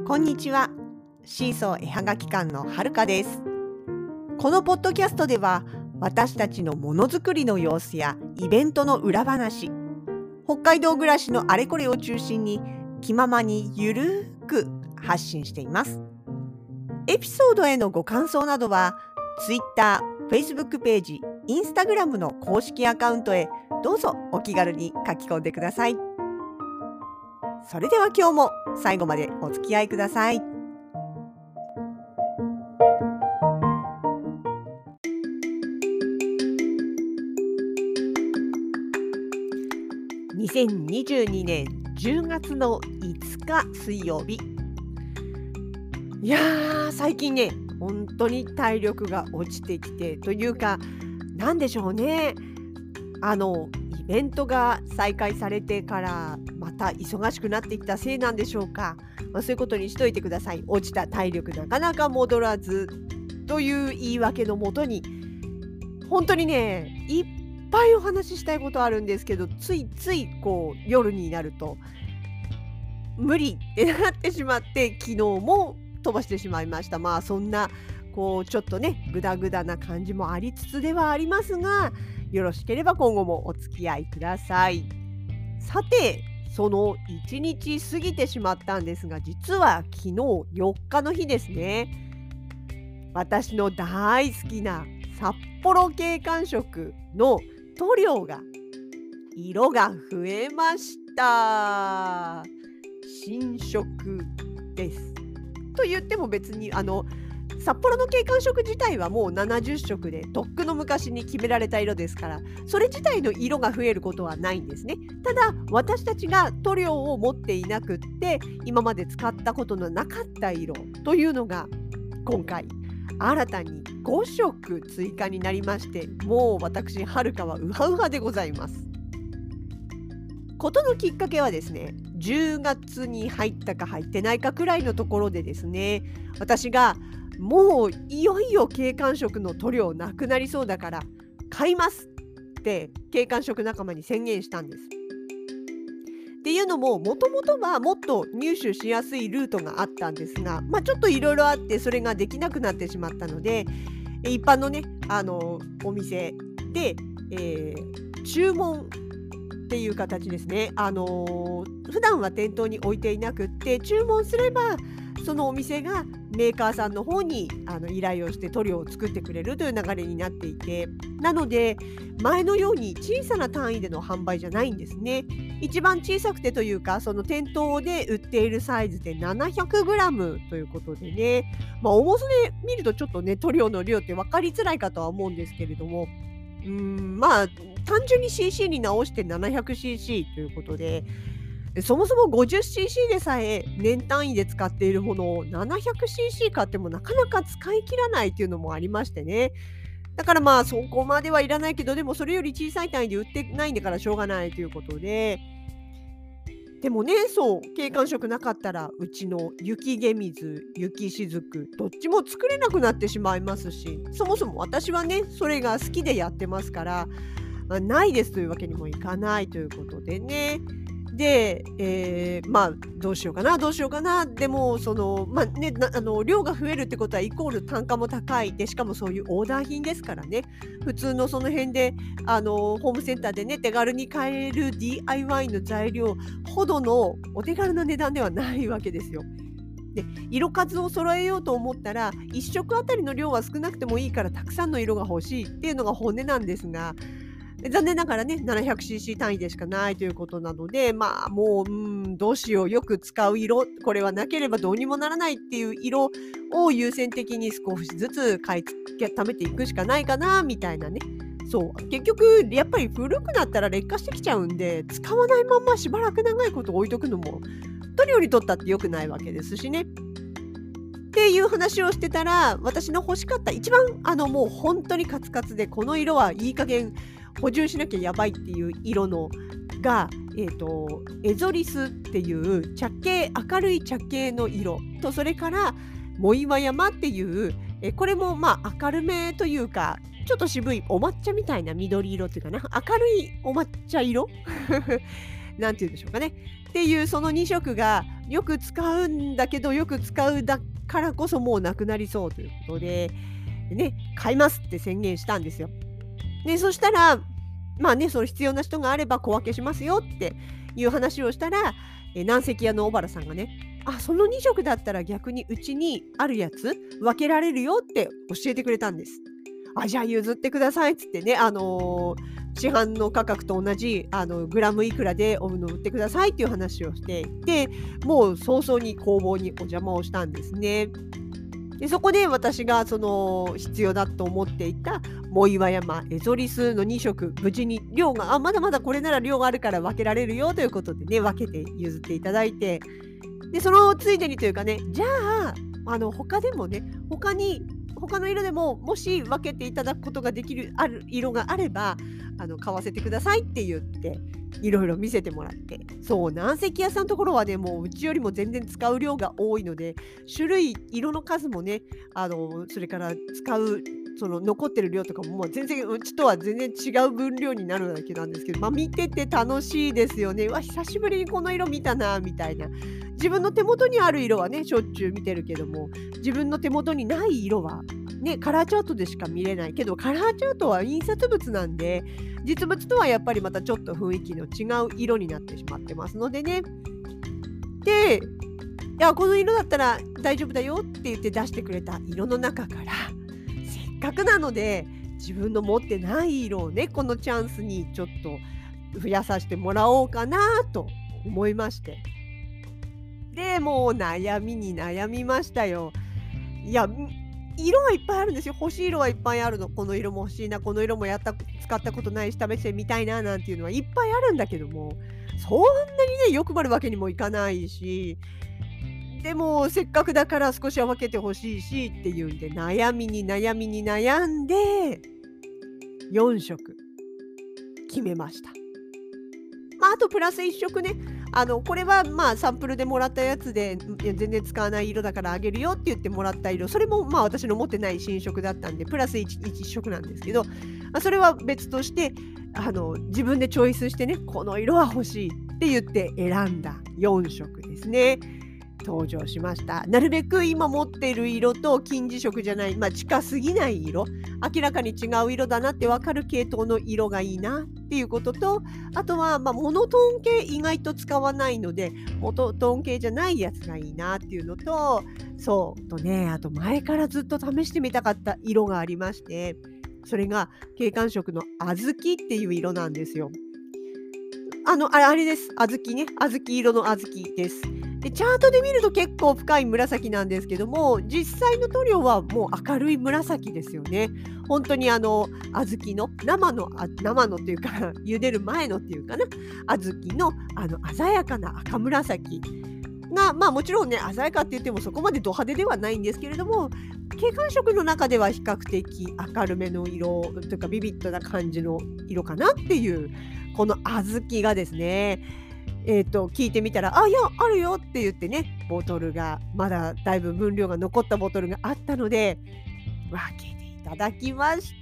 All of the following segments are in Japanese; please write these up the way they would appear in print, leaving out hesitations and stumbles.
こんにちは。シーソー絵はがき館のはるかです。このポッドキャストでは、私たちのものづくりの様子やイベントの裏話、北海道暮らしのあれこれを中心に気ままにゆるーく発信しています。エピソードへのご感想などは Twitter、Facebook ページ、Instagram の公式アカウントへどうぞお気軽に書き込んでください。それでは今日も最後までお付き合いください。2022年10月の5日水曜日。いやー、最近ね、本当に体力が落ちてきてというか、なんでしょうね。イベントが再開されてからまた忙しくなってきたせいなんでしょうか。そういうことにしといてください。落ちた体力なかなか戻らずという言い訳のもとに、本当にね、いっぱいお話ししたいことあるんですけど、ついつい夜になると無理ってなってしまって、昨日も飛ばしてしまいました。そんなちょっとねグダグダな感じもありつつではありますが、よろしければ今後もお付き合いください。さて、その1日過ぎてしまったんですが、実は昨日4日の日ですね。私の大好きな札幌景観色の塗料が色が増えました。新色です。と言っても別に札幌の景観色自体はもう70色でとっくの昔に決められた色ですから、それ自体の色が増えることはないんですね。ただ私たちが塗料を持っていなくって、今まで使ったことのなかった色というのが今回新たに5色追加になりまして、もう私はるかはウハウハでございます。ことのきっかけはですね、10月に入ったか入ってないかくらいのところでですね、私がもういよいよ景観色の塗料なくなりそうだから買いますって景観色仲間に宣言したんです。っていうのも、もともとはもっと入手しやすいルートがあったんですが、ちょっといろいろあってそれができなくなってしまったので、一般のねお店で、注文っていう形ですね。普段は店頭に置いていなくって、注文すればそのお店がメーカーさんの方に依頼をして塗料を作ってくれるという流れになっていて、なので前のように小さな単位での販売じゃないんですね。一番小さくてというか、その店頭で売っているサイズで 700g ということでね、重さで見るとちょっとね塗料の量って分かりづらいかとは思うんですけれども、単純に CC に直して 700cc ということで、そもそも 50cc でさえ年単位で使っているものを 700cc 買ってもなかなか使い切らないっていうのもありましてね。だからそこまではいらないけど、でもそれより小さい単位で売ってないんだからしょうがないということで、でもね、景観色なかったらうちの雪解水、雪しずくどっちも作れなくなってしまいますし、そもそも私はねそれが好きでやってますから、ないですというわけにもいかないということでね。で、どうしようかなどうしようかな。でも量が増えるってことはイコール単価も高いで、しかもそういうオーダー品ですからね、普通のその辺でホームセンターでね手軽に買える DIY の材料ほどのお手軽な値段ではないわけですよ。で、色数を揃えようと思ったら1色あたりの量は少なくてもいいからたくさんの色が欲しいっていうのが本音なんですが、残念ながらね 700cc 単位でしかないということなので、もうどうしよう、よく使う色、これはなければどうにもならないっていう色を優先的に少しずつ買い貯めていくしかないかなみたいなね。結局やっぱり古くなったら劣化してきちゃうんで、使わないまんましばらく長いこと置いとくのも塗料にとったって良くないわけですしね。っていう話をしてたら、私の欲しかった一番もう本当にカツカツで、この色はいい加減補充しなきゃやばいっていう色のが、エゾリスっていう明るい茶系の色と、それから藻岩山っていう、これも明るめというかちょっと渋いお抹茶みたいな緑色っていうかな、明るいお抹茶色なんて言うんでしょうかね。っていうその2色がよく使うんだけど、よく使うだからこそもうなくなりそうということで、ね、買いますって宣言したんですよ。で、そしたら、まあね、その必要な人があれば小分けしますよっていう話をしたら、南石屋の小原さんがね、あ、その2色だったら逆にうちにあるやつ分けられるよって教えてくれたんです。あ、じゃあ譲ってくださいっつってね、市販の価格と同じグラムいくらで売ってくださいっていう話をしていて、もう早々に工房にお邪魔をしたんですね。で、そこで私がその必要だと思っていた藻岩山、エゾリスの2色、無事に量が、まだまだこれなら量があるから分けられるよということでね、分けて譲っていただいて、で、そのついでにというかね、じゃあ、他でもね、他の色でも、もし分けていただくことができる色があれば、買わせてくださいって言って、いろいろ見せてもらって。そう、南石屋さんのところはね、もううちよりも全然使う量が多いので、種類、色の数もね、それから使う、その残ってる量とかも、もう全然うちとは全然違う分量になるだけなんですけど、見てて楽しいですよね。うわ、久しぶりにこの色見たなみたいな。自分の手元にある色はね、しょっちゅう見てるけども、自分の手元にない色はね、カラーチャートでしか見れないけど、カラーチャートは印刷物なんで、実物とはやっぱりまたちょっと雰囲気の違う色になってしまってますのでね。で、いや、この色だったら大丈夫だよって言って出してくれた色の中から、せっかくなので、自分の持ってない色をね、このチャンスにちょっと増やさせてもらおうかなと思いまして。で、もう悩みに悩みましたよ。いや、色はいっぱいあるんですよ。欲しい色はいっぱいあるの。この色も欲しいな、この色も使ったことないし、試してみたいななんていうのはいっぱいあるんだけども、そんなにね、欲張るわけにもいかないし、でもせっかくだから少しは分けて欲しいしっていうんで、悩みに悩みに悩んで、4色決めました。あとプラス1色ね、これはサンプルでもらったやつで、いや全然使わない色だからあげるよって言ってもらった色、それも私の持ってない新色だったんで、プラス1色なんですけど、それは別として、自分でチョイスしてね、この色は欲しいって言って選んだ4色ですね。登場しました。なるべく今持っている色と近似色じゃない、近すぎない色、明らかに違う色だなって分かる系統の色がいいなっていうことと、あとは、モノトーン系意外と使わないので、モノトーン系じゃないやつがいいなっていうのと、そうとね、あと前からずっと試してみたかった色がありまして、それが景観色の小豆っていう色なんですよ。あれです。小豆ね。小豆色の小豆です。で、チャートで見ると結構深い紫なんですけども、実際の塗料はもう明るい紫ですよね。本当に小豆の生のっていうか、茹でる前のっていうかな、小豆の鮮やかな赤紫が、もちろんね、鮮やかって言ってもそこまでド派手ではないんですけれども、景観色の中では比較的明るめの色というかビビッドな感じの色かなっていう、この小豆がですね、聞いてみたら、いや、あるよって言ってね、ボトルが、まだだいぶ分量が残ったボトルがあったので、分けていただきました。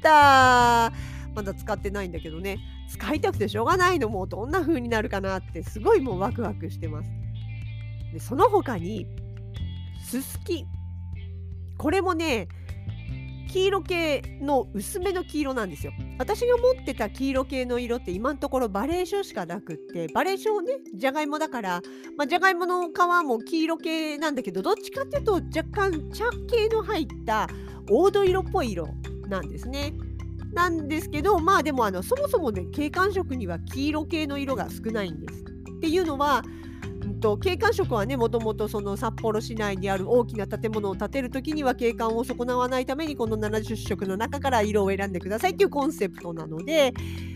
まだ使ってないんだけどね、使いたくてしょうがないの、もうどんな風になるかなってすごいもうワクワクしてます。で、その他に、ススキ。これもね、黄色系の薄めの黄色なんですよ。私が持ってた黄色系の色って今のところバレーショしかなくって、バレーショね、じゃがいもだから、じゃがいもの皮も黄色系なんだけど、どっちかっていうと若干茶系の入った黄土色っぽい色なんですね。なんですけど、でもそもそもね、景観色には黄色系の色が少ないんです。っていうのは、景観色はね、もともとその札幌市内にある大きな建物を建てるときには景観を損なわないためにこの70色の中から色を選んでくださいっていうコンセプトなので、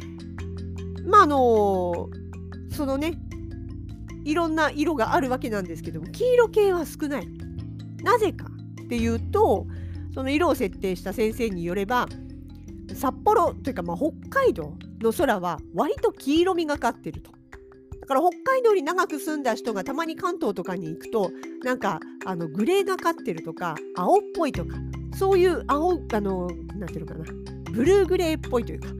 そのね、いろんな色があるわけなんですけども、黄色系は少ない。なぜかっていうと、その色を設定した先生によれば、札幌というか北海道の空は割と黄色みがかってると。だから北海道に長く住んだ人がたまに関東とかに行くと、なんかグレーがかってるとか青っぽいとか、そういうなんていうのかな、ブルーグレーっぽいというか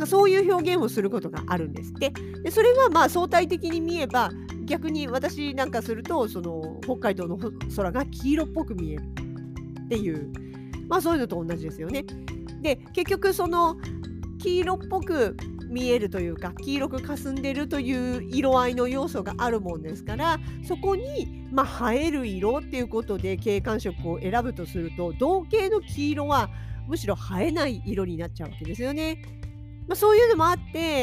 かそういう表現をすることがあるんですって。で、それはまあ相対的に見えば、逆に私なんかすると、その北海道の空が黄色っぽく見えるっていう、まあそういうのと同じですよね。で、結局その黄色っぽく見えるというか、黄色く霞んでるという色合いの要素があるもんですから、そこに、まあ、映える色っていうことで景観色を選ぶとすると、同系の黄色はむしろ映えない色になっちゃうわけですよね。まあ、そういうのもあって、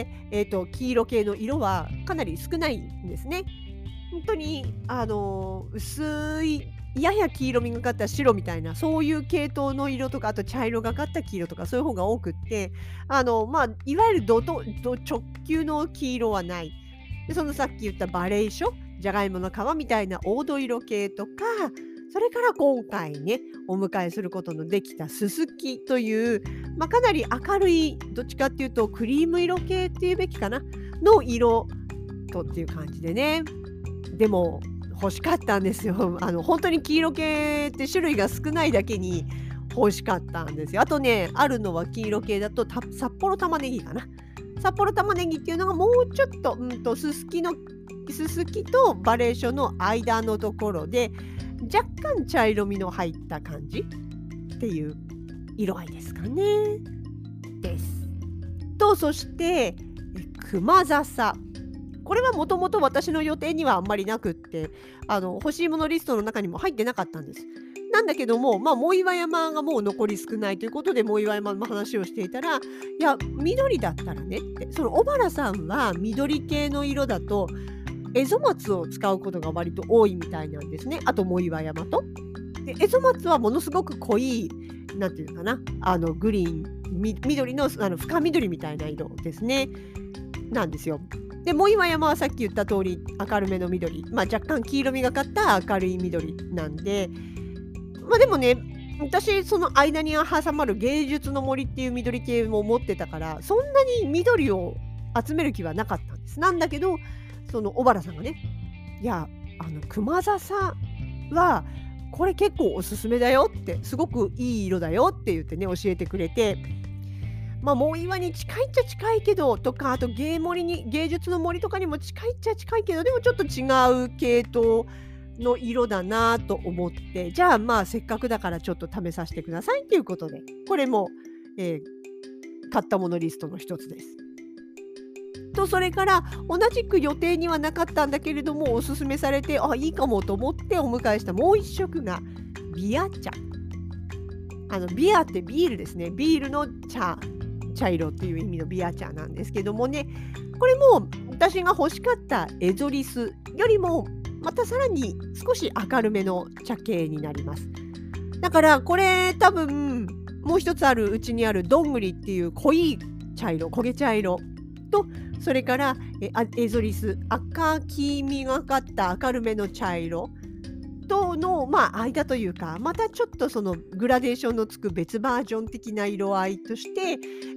黄色系の色はかなり少ないんですね。本当に薄い、やや黄色みがかった白みたいな、そういう系統の色とか、あと茶色がかった黄色とか、そういう方が多くって、まあ、いわゆるど直球の黄色はない。で、そのさっき言ったバレーショ、じゃがいもの皮みたいな黄土色系とか、それから今回ね、お迎えすることのできたススキという、まあ、かなり明るい、どっちかっていうとクリーム色系っていうべきかなの色とっていう感じでね。でも欲しかったんですよ。本当に黄色系って種類が少ないだけに欲しかったんですよ。あとね、あるのは黄色系だと札幌玉ねぎかな。札幌玉ねぎっていうのがもうちょっと、ススキとバレーショの間のところで、若干茶色みの入った感じっていう色合いですかね。です。と、そして、熊笹。これはもともと私の予定にはあんまりなくって、欲しいものリストの中にも入ってなかったんです。なんだけども、まあ、藻岩山がもう残り少ないということで、藻岩山の話をしていたら、いや、緑だったらねって、その小原さんは緑系の色だと、エゾマツを使うことが割と多いみたいなんですね。あと藻岩山と。で、エゾマツはものすごく濃い、なんていうのかな、グリーン、緑の深緑みたいな色ですね。なんですよ。で、藻岩山はさっき言った通り明るめの緑、まあ、若干黄色みがかった明るい緑なんで、まあ、でもね、私その間に挟まる芸術の森っていう緑系も持ってたから、そんなに緑を集める気はなかったんです。なんだけど、その小原さんがね、いや、熊笹はこれ結構おすすめだよって、すごくいい色だよって言ってね、教えてくれて、まあ、藻岩に近いっちゃ近いけどとか、あと芸術の森とかにも近いっちゃ近いけど、でもちょっと違う系統の色だなと思って、じゃあまあせっかくだからちょっと試させてくださいっていうことで、これも、買ったものリストの一つです。と、それから同じく予定にはなかったんだけれども、おすすめされて、あ、いいかもと思ってお迎えしたもう一色がビア茶。ビアってビールですね。ビールの茶色っていう意味のビア茶なんですけどもね、これも私が欲しかったエゾリスよりもまたさらに少し明るめの茶系になります。だからこれ多分もう一つうちにあるどんぐりっていう濃い茶色、焦げ茶色と、それからエゾリス、赤黄みがかった明るめの茶色との、まあ、間というか、またちょっとそのグラデーションのつく別バージョン的な色合いとして、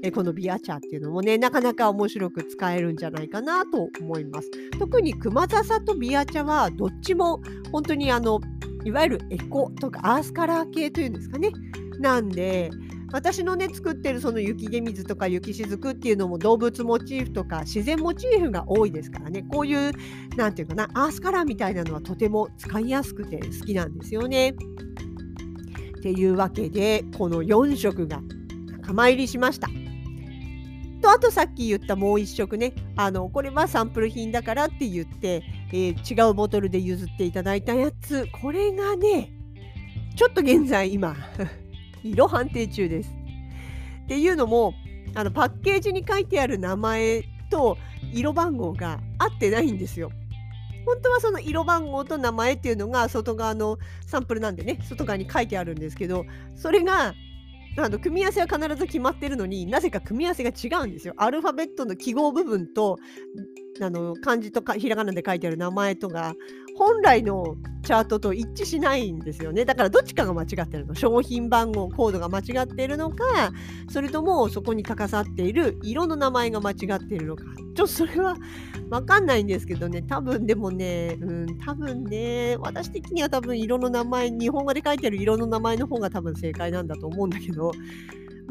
このビア茶っていうのもね、なかなか面白く使えるんじゃないかなと思います。特に熊笹とビア茶はどっちも本当にいわゆるエコとかアースカラー系というんですかね。なんで、私のね、作ってるその雪解水とか雪しずくっていうのも動物モチーフとか自然モチーフが多いですからね。こういう、なんていうかな、アースカラーみたいなのはとても使いやすくて好きなんですよね。っていうわけで、この4色が仲間入りしました。と、あとさっき言ったもう1色ね、これはサンプル品だからって言って、違うボトルで譲っていただいたやつ、これがね、ちょっと現在今色判定中です。っていうのも、パッケージに書いてある名前と色番号が合ってないんですよ。本当はその色番号と名前っていうのが外側のサンプルなんでね、外側に書いてあるんですけど、それが組み合わせは必ず決まってるのに、なぜか組み合わせが違うんですよ。アルファベットの記号部分と、漢字とかひらがなで書いてある名前とが、本来のチャートと一致しないんですよね。だからどっちかが間違ってるの。商品番号、コードが間違っているのか、それともそこに書かさっている色の名前が間違っているのか。それはわかんないんですけどね、多分ね、私的には多分色の名前、日本語で書いてある色の名前の方が多分正解なんだと思うんだけど、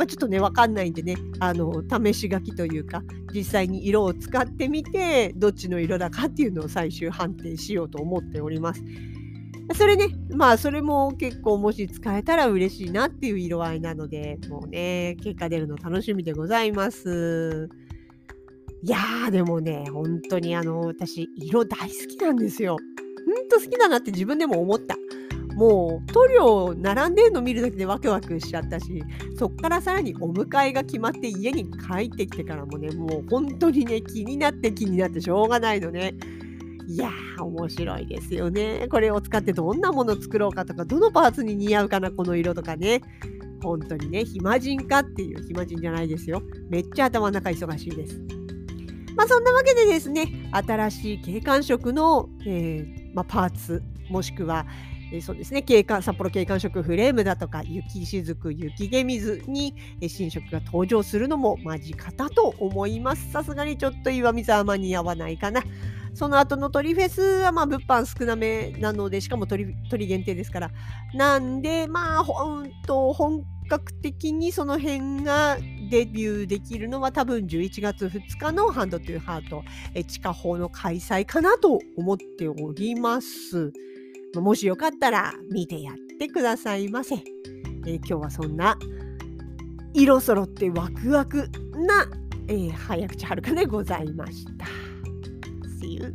ちょっとね、わかんないんでね、試し書きというか、実際に色を使ってみて、どっちの色だかっていうのを最終判定しようと思っております。それね、それも結構もし使えたら嬉しいなっていう色合いなので、もうね、結果出るの楽しみでございます。いやでもね、本当に私、色大好きなんですよ。ほんと好きだなって自分でも思った。もう塗料並んでるの見るだけでワクワクしちゃったし、そっからさらにお迎えが決まって家に帰ってきてからもね、もう本当にね、気になって気になってしょうがないのね。いや面白いですよね。これを使ってどんなもの作ろうかとか、どのパーツに似合うかな、この色とかね。本当にね、暇人かっていう、暇人じゃないですよ。めっちゃ頭の中忙しいです。そんなわけでですね、新しい景観色の、パーツ、もしくは、そうですね、札幌景観色フレームだとか、雪しずく、雪毛水に、新色が登場するのも間近だと思います。さすがにちょっと岩見沢間に合わないかな。その後の鳥フェスは物販少なめなので、しかも鳥限定ですから。なんで、本格的にその辺がデビューできるのは多分11月2日のハンドトゥーハート、地下砲の開催かなと思っております。もしよかったら見てやってくださいませ。今日はそんな色揃ってワクワクな、早口はるかでございました。See you.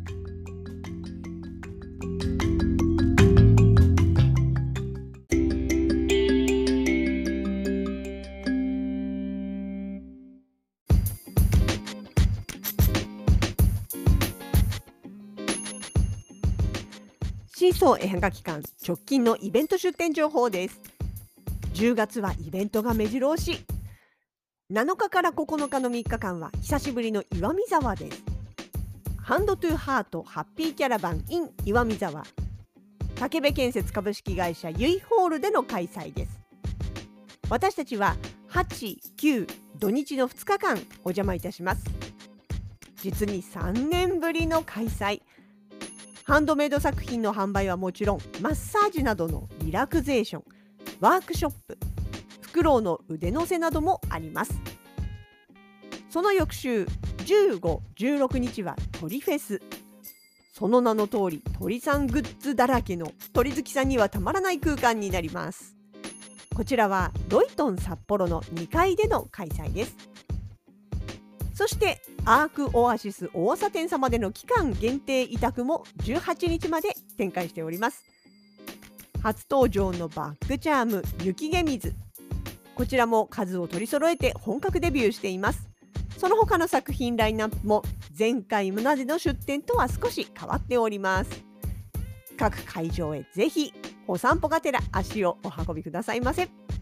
シーソー絵はがき館直近のイベント出店情報です。10月はイベントが目白押し。7日から9日の3日間は久しぶりの岩見沢です。ハンドトゥーハートハッピーキャラバン in 岩見沢。武部建設株式会社ユイホールでの開催です。私たちは8、9土日の2日間お邪魔いたします。実に3年ぶりの開催。ハンドメイド作品の販売はもちろん、マッサージなどのリラクゼーション、ワークショップ、フクロウの腕乗せなどもあります。その翌週15、16日は鳥フェス。その名の通り、鳥さんグッズだらけの鳥好きさんにはたまらない空間になります。こちらはロイトン札幌の2階での開催です。そしてアークオアシス大浅店様での期間限定委託も18日まで展開しております。初登場のバッグチャーム雪毛水、こちらも数を取り揃えて本格デビューしています。その他の作品ラインナップも前回までの出展とは少し変わっております。各会場へぜひお散歩がてら足をお運びくださいませ。